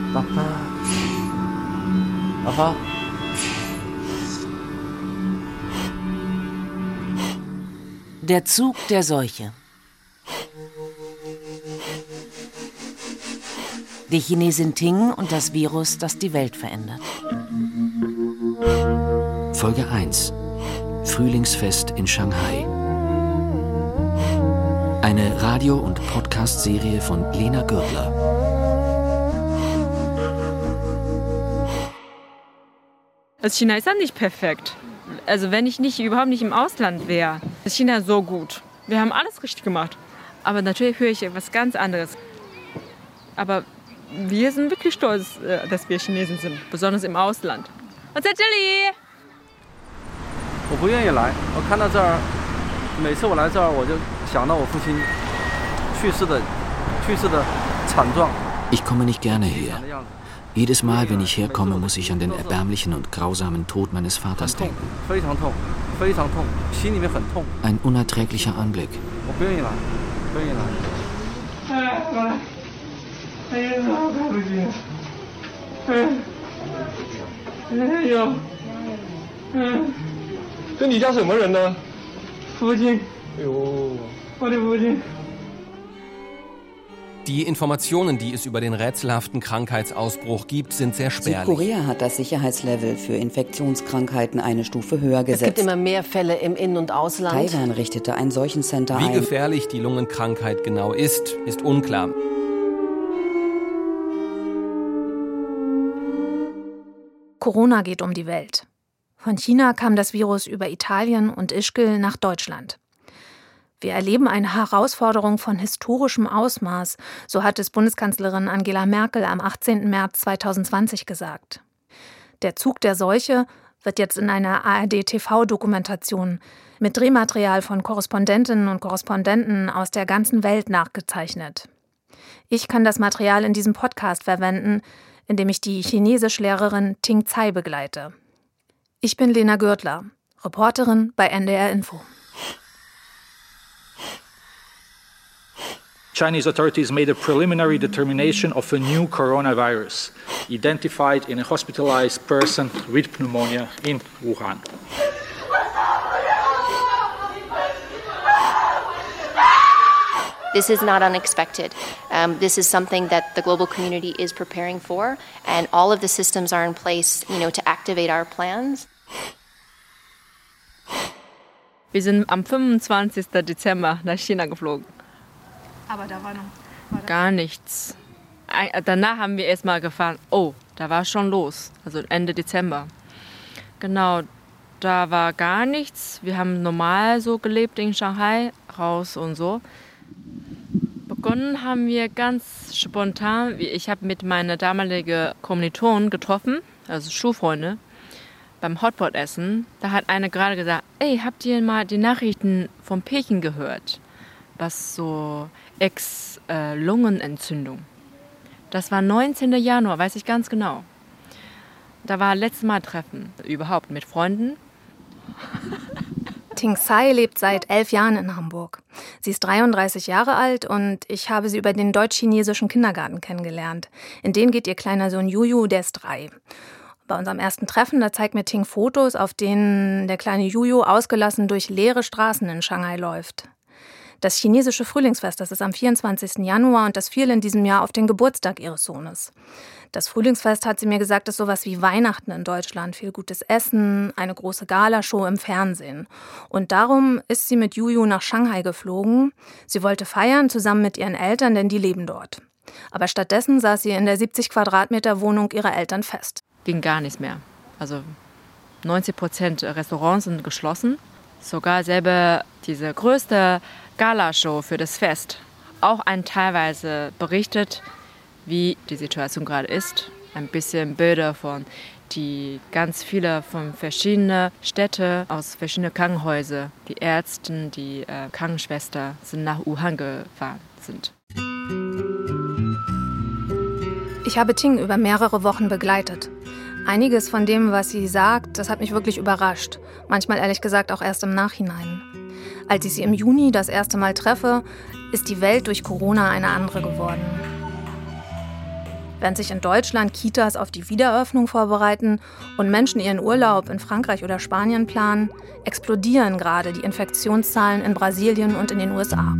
Papa. Papa. Der Zug der Seuche. Die Chinesin Ting und das Virus, das die Welt verändert. Folge 1. Frühlingsfest in Shanghai. Eine Radio- und Podcast-Serie von Lena Gürtler. Also China ist ja nicht perfekt. Also wenn ich überhaupt nicht im Ausland wäre, ist China so gut. Wir haben alles richtig gemacht. Aber natürlich höre ich etwas ganz anderes. Aber wir sind wirklich stolz, dass wir Chinesen sind, besonders im Ausland. Und在这里。 我不愿意来，我看到这儿，每次我来这儿，我就想到我父亲去世的惨状。 Ich komme nicht gerne her. Jedes Mal, wenn ich herkomme, muss ich an den erbärmlichen und grausamen Tod meines Vaters denken. Ein unerträglicher Anblick. Die Informationen, die es über den rätselhaften Krankheitsausbruch gibt, sind sehr spärlich. Südkorea hat das Sicherheitslevel für Infektionskrankheiten eine Stufe höher gesetzt. Es gibt immer mehr Fälle im In- und Ausland. Taiwan richtete ein Seuchencenter ein. Wie gefährlich die Lungenkrankheit genau ist unklar. Corona geht um die Welt. Von China kam das Virus über Italien und Ischgl nach Deutschland. Wir erleben eine Herausforderung von historischem Ausmaß, so hat es Bundeskanzlerin Angela Merkel am 18. März 2020 gesagt. Der Zug der Seuche wird jetzt in einer ARD-TV-Dokumentation mit Drehmaterial von Korrespondentinnen und Korrespondenten aus der ganzen Welt nachgezeichnet. Ich kann das Material in diesem Podcast verwenden, in dem ich die Chinesischlehrerin Ting Cai begleite. Ich bin Lena Gürtler, Reporterin bei NDR Info. Chinese authorities made a preliminary determination of a new coronavirus identified in a hospitalized person with pneumonia in Wuhan. This is not unexpected. This is something that the global community is preparing for, and all of the systems are in place, to activate our plans. Wir sind am 25. Dezember nach China geflogen. Aber da war noch gar nichts. Danach haben wir erst mal gefahren. Oh, da war schon los. Also Ende Dezember. Genau, da war gar nichts. Wir haben normal so gelebt in Shanghai, raus und so. Begonnen haben wir ganz spontan. Ich habe mit meiner damaligen Kommilitonin getroffen, also Schulfreunde, beim Hotpot-Essen. Da hat eine gerade gesagt, ey, habt ihr mal die Nachrichten von Peking gehört? Was so Lungenentzündung. Das war 19. Januar, weiß ich ganz genau. Da war letztes Mal Treffen, überhaupt mit Freunden. Ting Cai lebt seit 11 Jahren in Hamburg. Sie ist 33 Jahre alt und ich habe sie über den deutsch-chinesischen Kindergarten kennengelernt. In den geht ihr kleiner Sohn Juju, der ist 3. Bei unserem ersten Treffen, da zeigt mir Ting Fotos, auf denen der kleine Juju ausgelassen durch leere Straßen in Shanghai läuft. Das chinesische Frühlingsfest, das ist am 24. Januar und das fiel in diesem Jahr auf den Geburtstag ihres Sohnes. Das Frühlingsfest, hat sie mir gesagt, ist sowas wie Weihnachten in Deutschland. Viel gutes Essen, eine große Galashow im Fernsehen. Und darum ist sie mit Juju nach Shanghai geflogen. Sie wollte feiern, zusammen mit ihren Eltern, denn die leben dort. Aber stattdessen saß sie in der 70 Quadratmeter Wohnung ihrer Eltern fest. Ging gar nichts mehr. Also 90% Restaurants sind geschlossen. Sogar selber diese größte Galashow für das Fest. Auch teilweise berichtet, wie die Situation gerade ist. Ein bisschen Bilder von die ganz viele von verschiedenen Städten, aus verschiedenen Krankenhäusern. Die Ärzte, die Krankenschwestern sind nach Wuhan gefahren sind. Ich habe Ting über mehrere Wochen begleitet. Einiges von dem, was sie sagt, das hat mich wirklich überrascht. Manchmal ehrlich gesagt auch erst im Nachhinein. Als ich sie im Juni das erste Mal treffe, ist die Welt durch Corona eine andere geworden. Während sich in Deutschland Kitas auf die Wiedereröffnung vorbereiten und Menschen ihren Urlaub in Frankreich oder Spanien planen, explodieren gerade die Infektionszahlen in Brasilien und in den USA.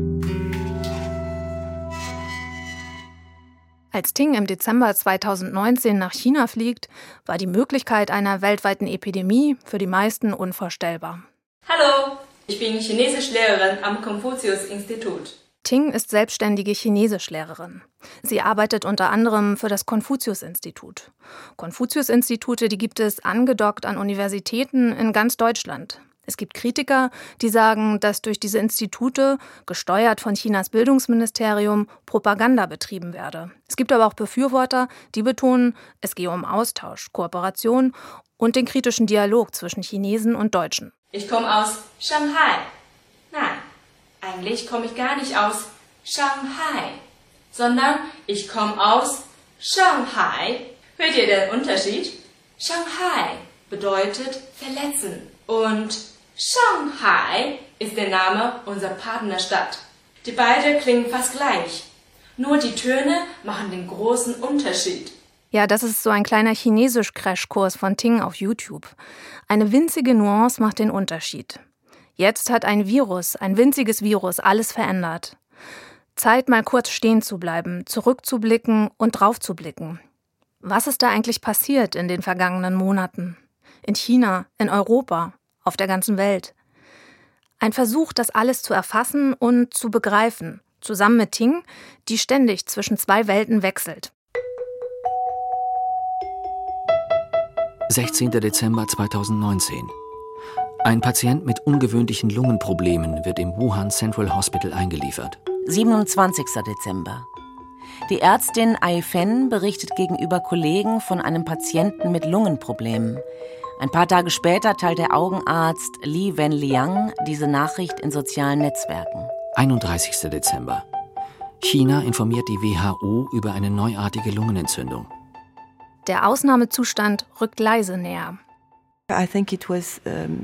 Als Ting im Dezember 2019 nach China fliegt, war die Möglichkeit einer weltweiten Epidemie für die meisten unvorstellbar. Hallo, ich bin Chinesischlehrerin am Konfuzius-Institut. Ting ist selbstständige Chinesischlehrerin. Sie arbeitet unter anderem für das Konfuzius-Institut. Konfuzius-Institute, die gibt es angedockt an Universitäten in ganz Deutschland. Es gibt Kritiker, die sagen, dass durch diese Institute, gesteuert von Chinas Bildungsministerium, Propaganda betrieben werde. Es gibt aber auch Befürworter, die betonen, es gehe um Austausch, Kooperation und den kritischen Dialog zwischen Chinesen und Deutschen. Ich komme aus Shanghai. Nein, eigentlich komme ich gar nicht aus Shanghai, sondern ich komme aus Shanghai. Hört ihr den Unterschied? Shanghai bedeutet verletzen und Shanghai ist der Name unserer Partnerstadt. Die beiden klingen fast gleich, nur die Töne machen den großen Unterschied. Ja, das ist so ein kleiner Chinesisch-Crashkurs von Ting auf YouTube. Eine winzige Nuance macht den Unterschied. Jetzt hat ein winziges Virus, alles verändert. Zeit, mal kurz stehen zu bleiben, zurückzublicken und draufzublicken. Was ist da eigentlich passiert in den vergangenen Monaten? In China, in Europa, auf der ganzen Welt. Ein Versuch, das alles zu erfassen und zu begreifen, zusammen mit Ting, die ständig zwischen zwei Welten wechselt. 16. Dezember 2019. Ein Patient mit ungewöhnlichen Lungenproblemen wird im Wuhan Central Hospital eingeliefert. 27. Dezember. Die Ärztin Ai Fen berichtet gegenüber Kollegen von einem Patienten mit Lungenproblemen. Ein paar Tage später teilt der Augenarzt Li Wenliang diese Nachricht in sozialen Netzwerken. 31. Dezember. China informiert die WHO über eine neuartige Lungenentzündung. Der Ausnahmezustand rückt leise näher. I think it was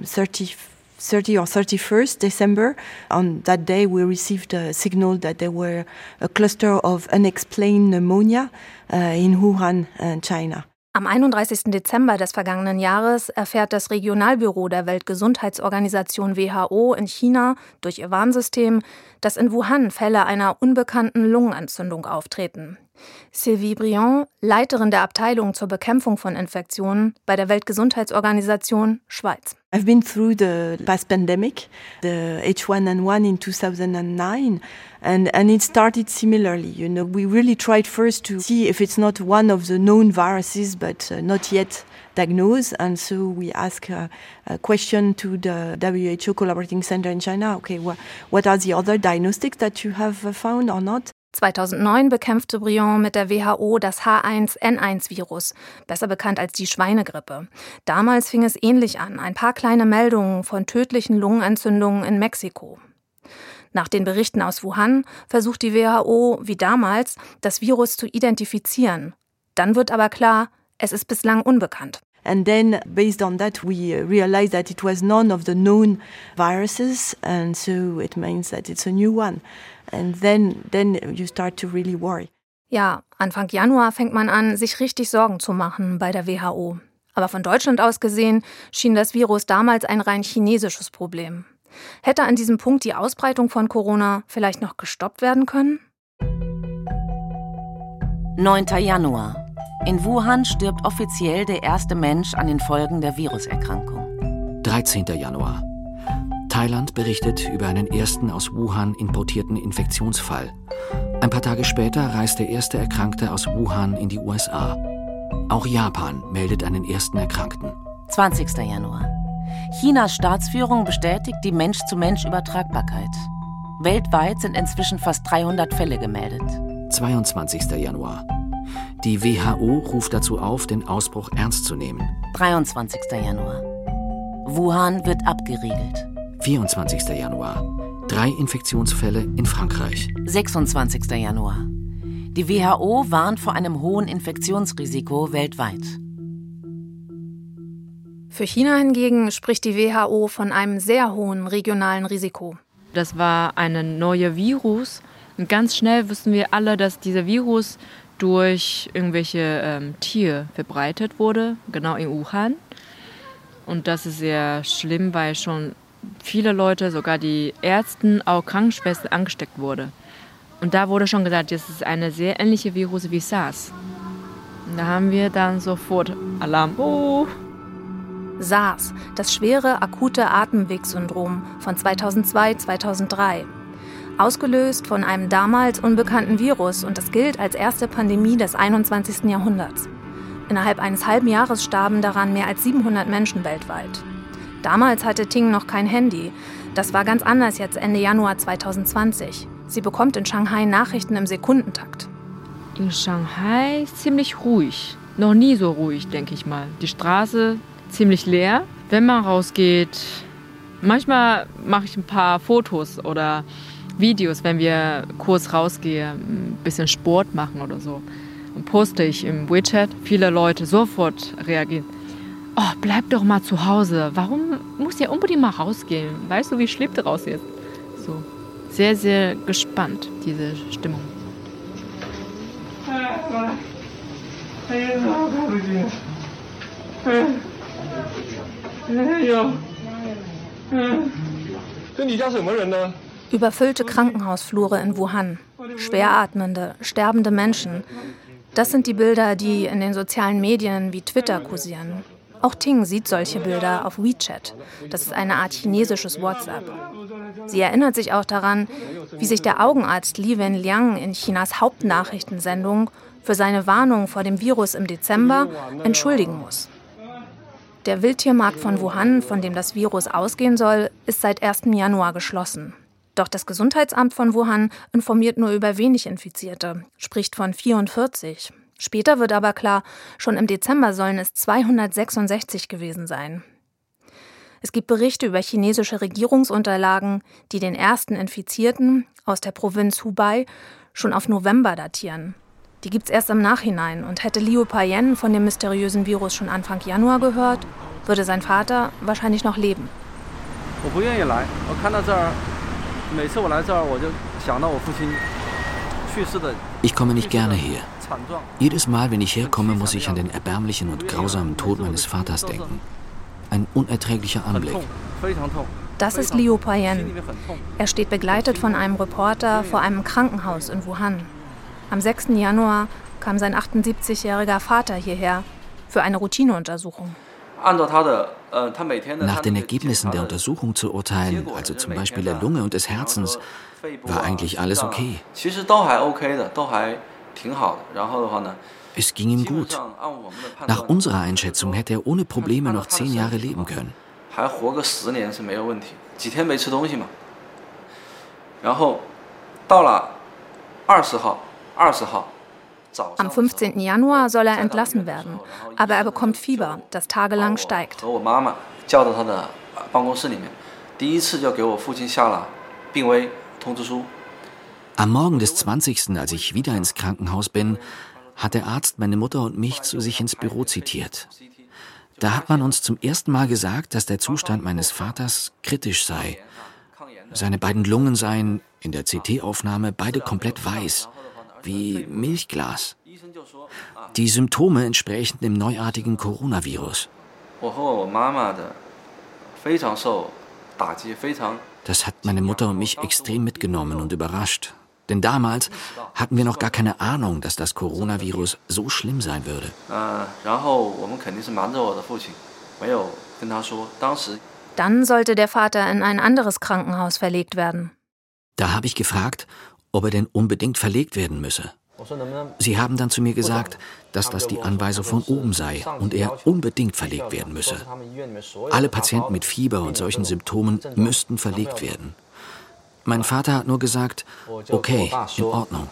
30 or 31st December. On that day we received a signal that there were a cluster of unexplained pneumonia in Wuhan, China. Am 31. Dezember des vergangenen Jahres erfährt das Regionalbüro der Weltgesundheitsorganisation WHO in China durch ihr Warnsystem, dass in Wuhan Fälle einer unbekannten Lungenentzündung auftreten. Sylvie Briand, Leiterin der Abteilung zur Bekämpfung von Infektionen bei der Weltgesundheitsorganisation Schweiz. I've been through the past pandemic, the H1N1 in 2009, and it started similarly. You know, we really tried first to see if it's not one of the known viruses, but not yet diagnosed. And so we asked a question to the WHO Collaborating Center in China. Okay, what are the other diagnostics that you have found or not? 2009 bekämpfte Briand mit der WHO das H1N1-Virus, besser bekannt als die Schweinegrippe. Damals fing es ähnlich an, ein paar kleine Meldungen von tödlichen Lungenentzündungen in Mexiko. Nach den Berichten aus Wuhan versucht die WHO, wie damals, das Virus zu identifizieren. Dann wird aber klar, es ist bislang unbekannt. And then, based on that, we realized that it was none of the known viruses, and so it means that it's a new one. And then you start to really worry. Ja, Anfang Januar fängt man an, sich richtig Sorgen zu machen bei der WHO. Aber von Deutschland aus gesehen schien das Virus damals ein rein chinesisches Problem. Hätte an diesem Punkt die Ausbreitung von Corona vielleicht noch gestoppt werden können? 9. Januar. In Wuhan stirbt offiziell der erste Mensch an den Folgen der Viruserkrankung. 13. Januar. Thailand berichtet über einen ersten aus Wuhan importierten Infektionsfall. Ein paar Tage später reist der erste Erkrankte aus Wuhan in die USA. Auch Japan meldet einen ersten Erkrankten. 20. Januar. Chinas Staatsführung bestätigt die Mensch-zu-Mensch-Übertragbarkeit. Weltweit sind inzwischen fast 300 Fälle gemeldet. 22. Januar. Die WHO ruft dazu auf, den Ausbruch ernst zu nehmen. 23. Januar. Wuhan wird abgeriegelt. 24. Januar. 3 Infektionsfälle in Frankreich. 26. Januar. Die WHO warnt vor einem hohen Infektionsrisiko weltweit. Für China hingegen spricht die WHO von einem sehr hohen regionalen Risiko. Das war ein neuer Virus. Und ganz schnell wussten wir alle, dass dieser Virus durch irgendwelche Tiere verbreitet wurde, genau in Wuhan. Und das ist sehr schlimm, weil schon viele Leute, sogar die Ärzte, auch Krankenschwestern angesteckt wurden. Und da wurde schon gesagt, das ist eine sehr ähnliche Virus wie SARS. Und da haben wir dann sofort Alarm. Oh. SARS, das schwere akute Atemwegssyndrom von 2002-2003. Ausgelöst von einem damals unbekannten Virus und das gilt als erste Pandemie des 21. Jahrhunderts. Innerhalb eines halben Jahres starben daran mehr als 700 Menschen weltweit. Damals hatte Ting noch kein Handy. Das war ganz anders jetzt Ende Januar 2020. Sie bekommt in Shanghai Nachrichten im Sekundentakt. In Shanghai ziemlich ruhig. Noch nie so ruhig, denke ich mal. Die Straße ziemlich leer. Wenn man rausgeht, manchmal mache ich ein paar Fotos oder Videos, wenn wir kurz rausgehen, ein bisschen Sport machen oder so. Und poste ich im WeChat. Viele Leute sofort reagieren. Oh, bleib doch mal zu Hause. Warum muss ihr unbedingt mal rausgehen? Weißt du, wie schlimm draußen ist? So. Sehr, sehr gespannt, diese Stimmung. Überfüllte Krankenhausflure in Wuhan. Schweratmende, sterbende Menschen. Das sind die Bilder, die in den sozialen Medien wie Twitter kursieren. Auch Ting sieht solche Bilder auf WeChat. Das ist eine Art chinesisches WhatsApp. Sie erinnert sich auch daran, wie sich der Augenarzt Li Wenliang in Chinas Hauptnachrichtensendung für seine Warnung vor dem Virus im Dezember entschuldigen muss. Der Wildtiermarkt von Wuhan, von dem das Virus ausgehen soll, ist seit 1. Januar geschlossen. Doch das Gesundheitsamt von Wuhan informiert nur über wenig Infizierte, spricht von 44. Später wird aber klar, schon im Dezember sollen es 266 gewesen sein. Es gibt Berichte über chinesische Regierungsunterlagen, die den ersten Infizierten aus der Provinz Hubei schon auf November datieren. Die gibt's erst im Nachhinein und hätte Liu Paiyan von dem mysteriösen Virus schon Anfang Januar gehört, würde sein Vater wahrscheinlich noch leben. Ich komme nicht gerne her. Jedes Mal, wenn ich herkomme, muss ich an den erbärmlichen und grausamen Tod meines Vaters denken. Ein unerträglicher Anblick. Das ist Liu Paiyan. Er steht begleitet von einem Reporter vor einem Krankenhaus in Wuhan. Am 6. Januar kam sein 78-jähriger Vater hierher für eine Routineuntersuchung. Nach den Ergebnissen der Untersuchung zu urteilen, also zum Beispiel der Lunge und des Herzens, war eigentlich alles okay. Es ging ihm gut. Nach unserer Einschätzung hätte er ohne Probleme noch 10 Jahre leben können. Am 15. Januar soll er entlassen werden, aber er bekommt Fieber, das tagelang steigt. Am Morgen des 20., als ich wieder ins Krankenhaus bin, hat der Arzt meine Mutter und mich zu sich ins Büro zitiert. Da hat man uns zum ersten Mal gesagt, dass der Zustand meines Vaters kritisch sei. Seine beiden Lungen seien in der CT-Aufnahme beide komplett weiß, wie Milchglas. Die Symptome entsprächen dem neuartigen Coronavirus. Das hat meine Mutter und mich extrem mitgenommen und überrascht. Denn damals hatten wir noch gar keine Ahnung, dass das Coronavirus so schlimm sein würde. Dann sollte der Vater in ein anderes Krankenhaus verlegt werden. Da habe ich gefragt, ob er denn unbedingt verlegt werden müsse. Sie haben dann zu mir gesagt, dass das die Anweisung von oben sei und er unbedingt verlegt werden müsse. Alle Patienten mit Fieber und solchen Symptomen müssten verlegt werden. Mein Vater hat nur gesagt, okay, in Ordnung.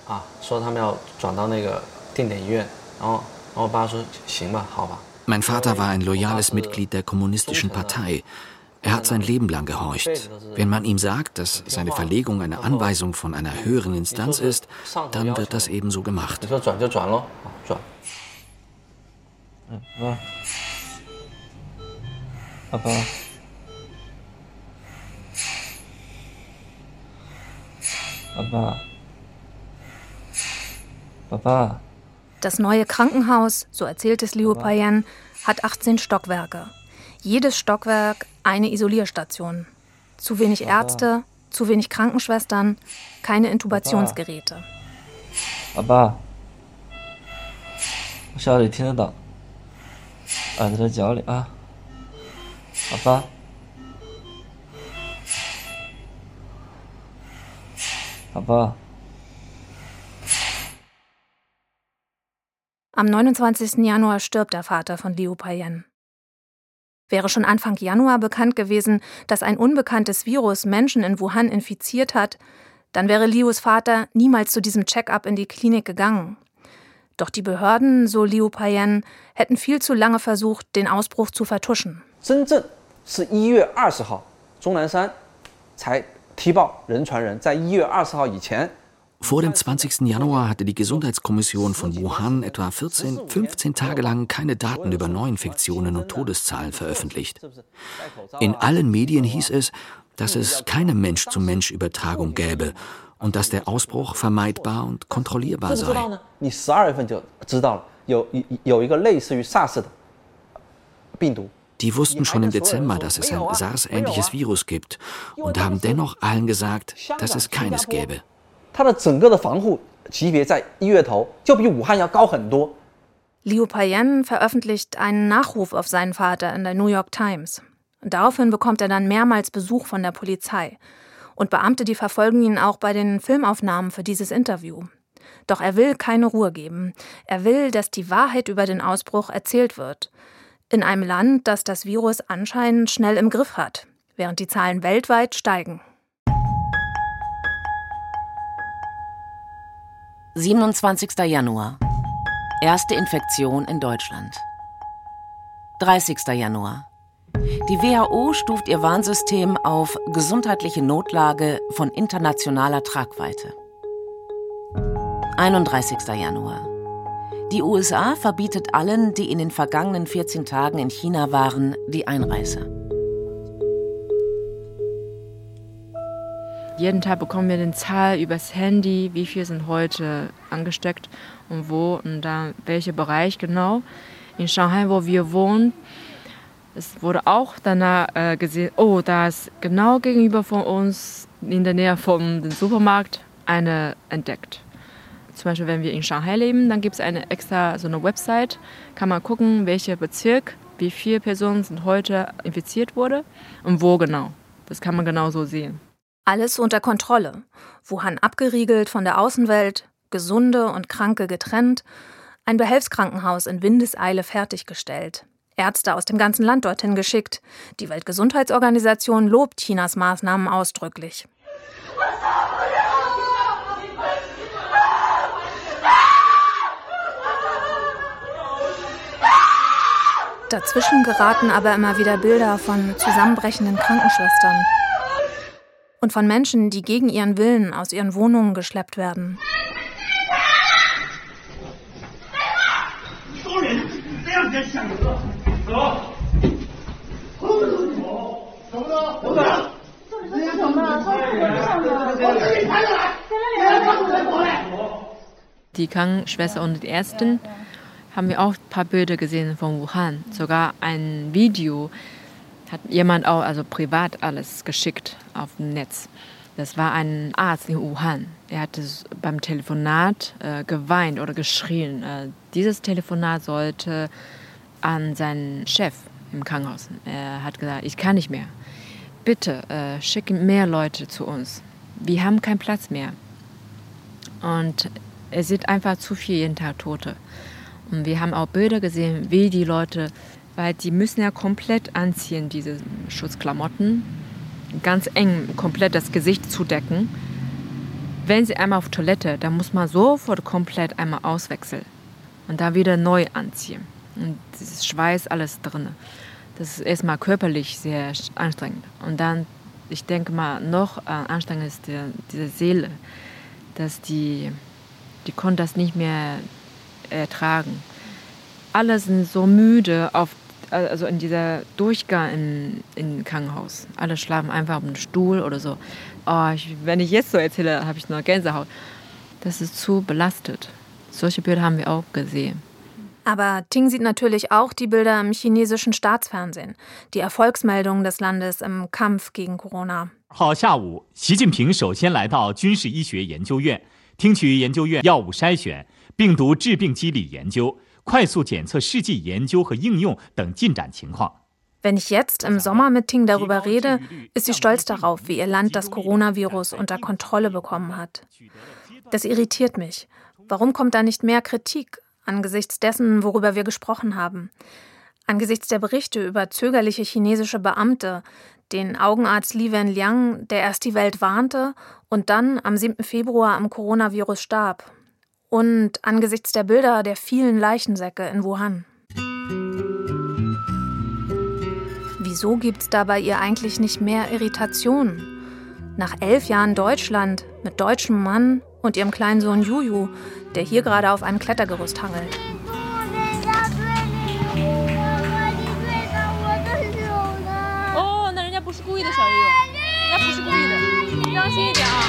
Mein Vater war ein loyales Mitglied der Kommunistischen Partei. Er hat sein Leben lang gehorcht. Wenn man ihm sagt, dass seine Verlegung eine Anweisung von einer höheren Instanz ist, dann wird das ebenso gemacht. Papa. Das neue Krankenhaus, so erzählt es Liu Paiyan, hat 18 Stockwerke. Jedes Stockwerk eine Isolierstation. Zu wenig Ärzte, zu wenig Krankenschwestern, keine Intubationsgeräte. 阿爸，我小里听得到，耳朵在脚里啊，阿爸。 Aber am 29. Januar stirbt der Vater von Liu Paiyan. Wäre schon Anfang Januar bekannt gewesen, dass ein unbekanntes Virus Menschen in Wuhan infiziert hat, dann wäre Lius Vater niemals zu diesem Check-up in die Klinik gegangen. Doch die Behörden, so Liu Paiyan, hätten viel zu lange versucht, den Ausbruch zu vertuschen. 真正是1月20号，钟南山才 Vor dem 20. Januar hatte die Gesundheitskommission von Wuhan etwa 15 Tage lang keine Daten über Neuinfektionen und Todeszahlen veröffentlicht. In allen Medien hieß es, dass es keine Mensch-zu-Mensch-Übertragung gäbe und dass der Ausbruch vermeidbar und kontrollierbar sei. Die wussten schon im Dezember, dass es ein SARS-ähnliches Virus gibt und haben dennoch allen gesagt, dass es keines gäbe. Liu Paiyan veröffentlicht einen Nachruf auf seinen Vater in der New York Times. Und daraufhin bekommt er dann mehrmals Besuch von der Polizei. Und Beamte, die verfolgen ihn auch bei den Filmaufnahmen für dieses Interview. Doch er will keine Ruhe geben. Er will, dass die Wahrheit über den Ausbruch erzählt wird. In einem Land, das das Virus anscheinend schnell im Griff hat, während die Zahlen weltweit steigen. 27. Januar. Erste Infektion in Deutschland. 30. Januar. Die WHO stuft ihr Warnsystem auf gesundheitliche Notlage von internationaler Tragweite. 31. Januar. Die USA verbietet allen, die in den vergangenen 14 Tagen in China waren, die Einreise. Jeden Tag bekommen wir eine Zahl übers Handy, wie viel sind heute angesteckt und wo und dann welcher Bereich genau. In Shanghai, wo wir wohnen, es wurde auch danach gesehen, oh, da ist genau gegenüber von uns, in der Nähe vom Supermarkt, eine entdeckt. Zum Beispiel, wenn wir in Shanghai leben, dann gibt es eine extra so eine Website, kann man gucken, welcher Bezirk, wie viele Personen sind heute infiziert wurde und wo genau. Das kann man genau so sehen. Alles unter Kontrolle. Wuhan abgeriegelt von der Außenwelt, Gesunde und Kranke getrennt, ein Behelfskrankenhaus in Windeseile fertiggestellt, Ärzte aus dem ganzen Land dorthin geschickt. Die Weltgesundheitsorganisation lobt Chinas Maßnahmen ausdrücklich. Dazwischen geraten aber immer wieder Bilder von zusammenbrechenden Krankenschwestern und von Menschen, die gegen ihren Willen aus ihren Wohnungen geschleppt werden. Die Krankenschwester und die Ärztin haben wir auch ein paar Bilder gesehen von Wuhan. Sogar ein Video hat jemand auch, also privat alles geschickt auf dem Netz. Das war ein Arzt in Wuhan. Er hatte beim Telefonat geweint oder geschrien. Dieses Telefonat sollte an seinen Chef im Krankenhaus. Er hat gesagt, ich kann nicht mehr. Bitte schicken mehr Leute zu uns. Wir haben keinen Platz mehr. Und es sind einfach zu viel jeden Tag Tote. Und wir haben auch Bilder gesehen, wie die Leute, weil die müssen ja komplett anziehen, diese Schutzklamotten, ganz eng, komplett das Gesicht zudecken. Wenn sie einmal auf Toilette, dann muss man sofort komplett einmal auswechseln und da wieder neu anziehen. Und dieses Schweiß, alles drin. Das ist erstmal körperlich sehr anstrengend. Und dann, ich denke mal, noch anstrengend ist diese Seele, dass die konnten das nicht mehr ertragen. Alle sind so müde also in dieser Durchgang im Krankenhaus. Alle schlafen einfach auf dem Stuhl oder so. Oh, wenn ich jetzt so erzähle, habe ich nur Gänsehaut. Das ist zu belastet. Solche Bilder haben wir auch gesehen. Aber Ting sieht natürlich auch die Bilder im chinesischen Staatsfernsehen, die Erfolgsmeldungen des Landes im Kampf gegen Corona. 号下午，习近平首先来到军事医学研究院，听取研究院药物筛选、病毒致病机理研究、快速检测试剂研究和应用等进展情况。 Wenn ich jetzt im Sommer mit Ting darüber rede, ist sie stolz darauf, wie ihr Land das Coronavirus unter Kontrolle bekommen hat. Das irritiert mich. Warum kommt da nicht mehr Kritik angesichts dessen, worüber wir gesprochen haben? Angesichts der Berichte über zögerliche chinesische Beamte, den Augenarzt Li Wenliang, der erst die Welt warnte und dann am 7. Februar am Coronavirus starb. Und angesichts der Bilder der vielen Leichensäcke in Wuhan. Wieso gibt's da bei ihr eigentlich nicht mehr Irritationen? Nach 11 Jahren Deutschland mit deutschem Mann und ihrem kleinen Sohn Juju, der hier gerade auf einem Klettergerüst hangelt. Oh, 那人家不是故意的，小鱼，人家不是故意的，你当心一点啊！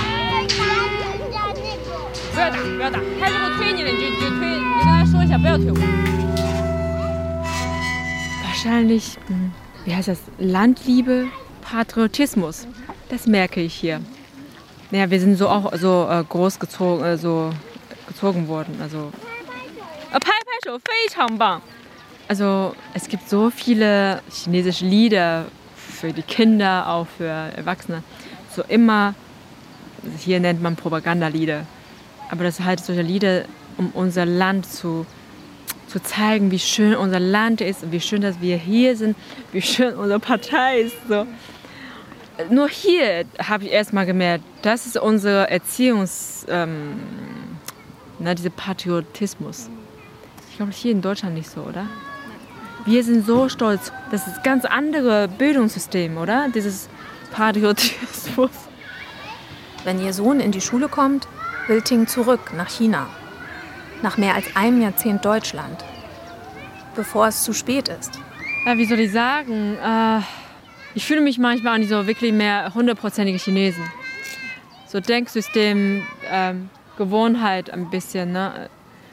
不要打，不要打，他如果推你了，你就推，你就跟他说一下，不要推我。Wahrscheinlich, wie heißt das? Landliebe, Patriotismus. Das merke ich hier. Ja, wir sind so auch so großgezogen, gezogen worden. Also, 拍拍手，非常棒。Also, es gibt so viele chinesische Lieder für die Kinder, auch für Erwachsene. So immer, hier nennt man Propagandalieder. Aber das sind halt solche Lieder, um unser Land zu zeigen, wie schön unser Land ist und wie schön, dass wir hier sind, wie schön unsere Partei ist. So. Nur hier habe ich erst mal gemerkt, das ist unser dieser Patriotismus. Ich glaube, hier in Deutschland nicht so, oder? Wir sind so stolz. Das ist ein ganz anderes Bildungssystem, oder? Dieses Patriotismus. Wenn ihr Sohn in die Schule kommt, will Ting zurück nach China. Nach mehr als einem Jahrzehnt Deutschland. Bevor es zu spät ist. Ja, wie soll ich sagen? Ich fühle mich manchmal auch nicht so wirklich mehr 100%ige Chinesen. So Denksystem, Gewohnheit ein bisschen. Ne?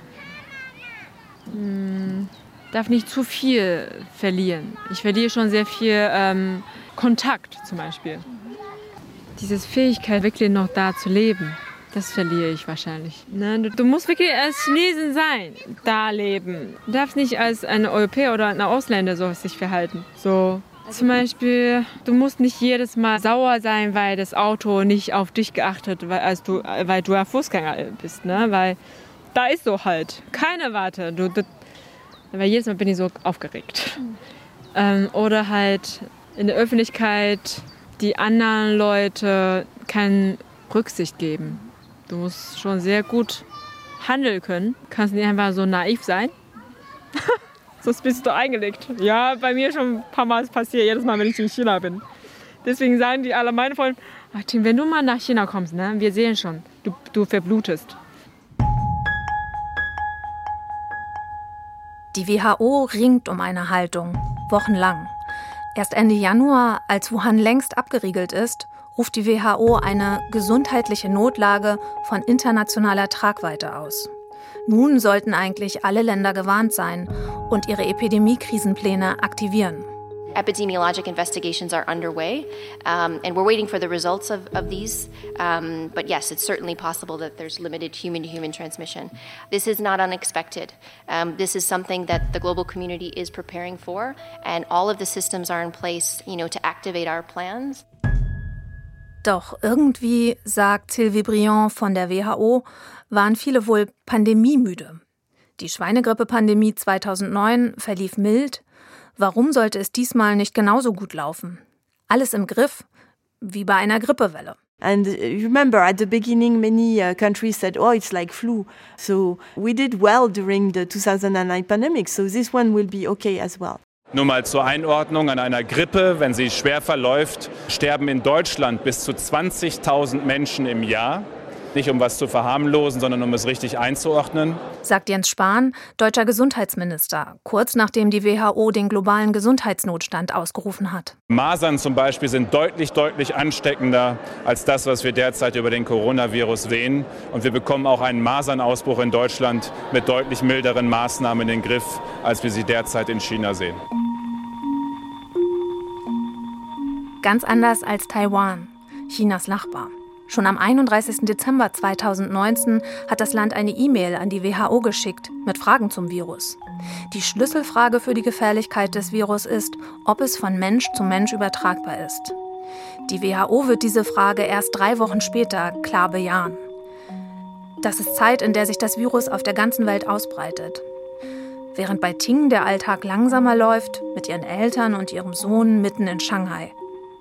Darf nicht zu viel verlieren. Ich verliere schon sehr viel Kontakt zum Beispiel. Diese Fähigkeit, wirklich noch da zu leben. Das verliere ich wahrscheinlich. Ne? Du musst wirklich als Chinesin sein, da leben. Du darfst nicht als ein Europäer oder ein Ausländer so sich verhalten. So. Zum Beispiel, du musst nicht jedes Mal sauer sein, weil das Auto nicht auf dich geachtet hat, weil du ein Fußgänger bist. Ne? Weil da ist so halt. Keiner wartet. Weil jedes Mal bin ich so aufgeregt. Oder halt in der Öffentlichkeit die anderen Leute keine Rücksicht geben. Du musst schon sehr gut handeln können. Kannst nicht einfach so naiv sein. Sonst bist du eingelegt. Ja, bei mir schon ein paar Mal passiert, jedes Mal, wenn ich in China bin. Deswegen sagen die alle meine Freunde, ach Tim, wenn du mal nach China kommst, ne, wir sehen schon, du verblutest. Die WHO ringt um eine Haltung, wochenlang. Erst Ende Januar, als Wuhan längst abgeriegelt ist, ruft die WHO eine gesundheitliche Notlage von internationaler Tragweite aus. Nun sollten eigentlich alle Länder gewarnt sein und ihre Epidemiekrisenpläne aktivieren. Epidemiologic investigations are underway, and we're waiting for the results of these. But yes, it's certainly possible that there's limited human-to-human transmission. This is not unexpected. This is something that the global community is preparing for, and all of the systems are in place, to activate our plans. Doch irgendwie, sagt Sylvie Briand von der WHO, waren viele wohl pandemiemüde. Die Schweinegrippe-Pandemie 2009 verlief mild. Warum sollte es diesmal nicht genauso gut laufen? Alles im Griff, wie bei einer Grippewelle. And remember, at the beginning, many countries said, oh, it's like flu. So we did well during the 2009 pandemic, so this one will be okay as well. Nur mal zur Einordnung, an einer Grippe, wenn sie schwer verläuft, sterben in Deutschland bis zu 20.000 Menschen im Jahr. Nicht um was zu verharmlosen, sondern um es richtig einzuordnen. Sagt Jens Spahn, deutscher Gesundheitsminister, kurz nachdem die WHO den globalen Gesundheitsnotstand ausgerufen hat. Masern zum Beispiel sind deutlich, deutlich ansteckender als das, was wir derzeit über den Coronavirus sehen. Und wir bekommen auch einen Masernausbruch in Deutschland mit deutlich milderen Maßnahmen in den Griff, als wir sie derzeit in China sehen. Ganz anders als Taiwan, Chinas Nachbar. Schon am 31. Dezember 2019 hat das Land eine E-Mail an die WHO geschickt mit Fragen zum Virus. Die Schlüsselfrage für die Gefährlichkeit des Virus ist, ob es von Mensch zu Mensch übertragbar ist. Die WHO wird diese Frage erst 3 Wochen später klar bejahen. Das ist Zeit, in der sich das Virus auf der ganzen Welt ausbreitet. Während bei Ting der Alltag langsamer läuft, mit ihren Eltern und ihrem Sohn mitten in Shanghai.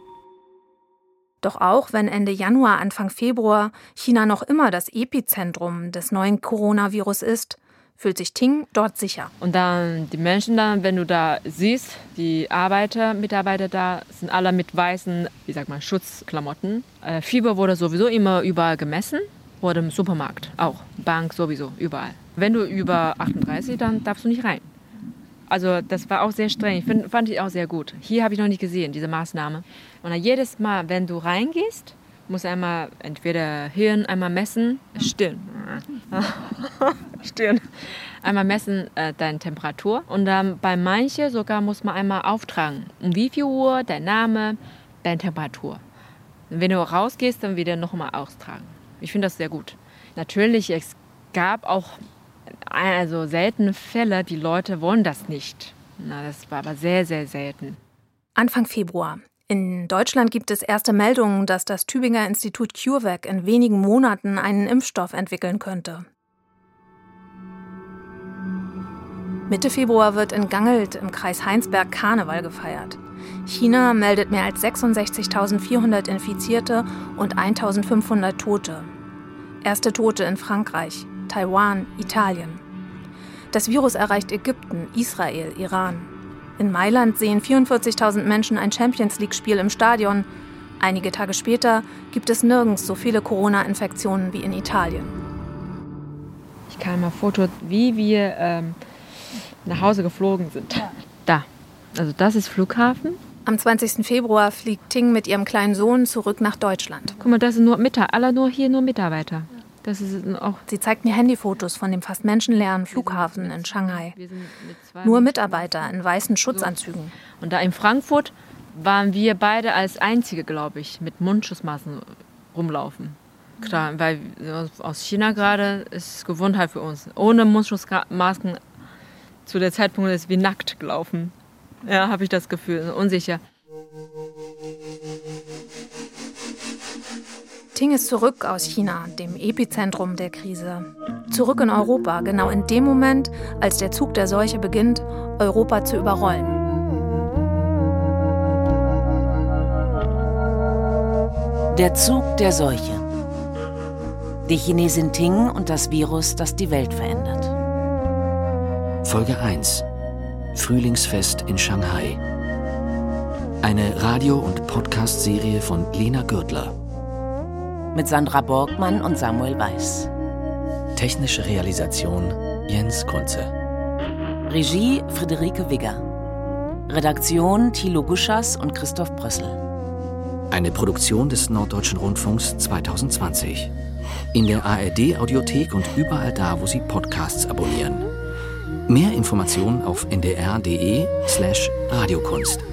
Doch auch wenn Ende Januar, Anfang Februar China noch immer das Epizentrum des neuen Coronavirus ist, fühlt sich Ting dort sicher. Und dann die Menschen dann, wenn du da siehst, die Mitarbeiter da, sind alle mit weißen, Schutzklamotten. Fieber wurde sowieso immer überall gemessen, wurde im Supermarkt auch, Bank sowieso, überall. Wenn du über 38, dann darfst du nicht rein. Also das war auch sehr streng, fand ich auch sehr gut. Hier habe ich noch nicht gesehen, diese Maßnahme. Und dann jedes Mal, wenn du reingehst, musst du einmal entweder Hirn einmal messen, Stirn. Einmal messen deine Temperatur. Und dann bei manchen sogar muss man einmal auftragen, um wie viel Uhr, dein Name, deine Temperatur. Und wenn du rausgehst, dann wieder nochmal austragen. Ich finde das sehr gut. Natürlich, es gab auch seltene Fälle, die Leute wollen das nicht. Das war aber sehr, sehr selten. Anfang Februar. In Deutschland gibt es erste Meldungen, dass das Tübinger Institut CureVac in wenigen Monaten einen Impfstoff entwickeln könnte. Mitte Februar wird in Gangelt im Kreis Heinsberg Karneval gefeiert. China meldet mehr als 66.400 Infizierte und 1.500 Tote. Erste Tote in Frankreich, Taiwan, Italien. Das Virus erreicht Ägypten, Israel, Iran. In Mailand sehen 44.000 Menschen ein Champions-League-Spiel im Stadion. Einige Tage später gibt es nirgends so viele Corona-Infektionen wie in Italien. Ich kann mal ein Foto, wie wir nach Hause geflogen sind. Da. Also das ist Flughafen. Am 20. Februar fliegt Ting mit ihrem kleinen Sohn zurück nach Deutschland. Guck mal, das sind nur Mitarbeiter. Das ist auch. Sie zeigt mir Handyfotos von dem fast menschenleeren Flughafen in Shanghai. Nur Mitarbeiter in weißen Schutzanzügen. Und da in Frankfurt waren wir beide als Einzige, glaube ich, mit Mundschutzmasken rumlaufen. Klar, weil aus China gerade ist Gewohnheit für uns. Ohne Mundschutzmasken zu der Zeitpunkt ist wie nackt gelaufen. Ja, habe ich das Gefühl, unsicher. Ting ist zurück aus China, dem Epizentrum der Krise. Zurück in Europa, genau in dem Moment, als der Zug der Seuche beginnt, Europa zu überrollen. Der Zug der Seuche. Die Chinesin Ting und das Virus, das die Welt verändert. Folge 1. Frühlingsfest in Shanghai. Eine Radio- und Podcast-Serie von Lena Gürtler. Mit Sandra Borgmann und Samuel Weiß. Technische Realisation Jens Kunze. Regie Friederike Wigger. Redaktion Thilo Guschas und Christoph Brössel. Eine Produktion des Norddeutschen Rundfunks 2020. In der ARD-Audiothek und überall da, wo Sie Podcasts abonnieren. Mehr Informationen auf ndr.de/radiokunst.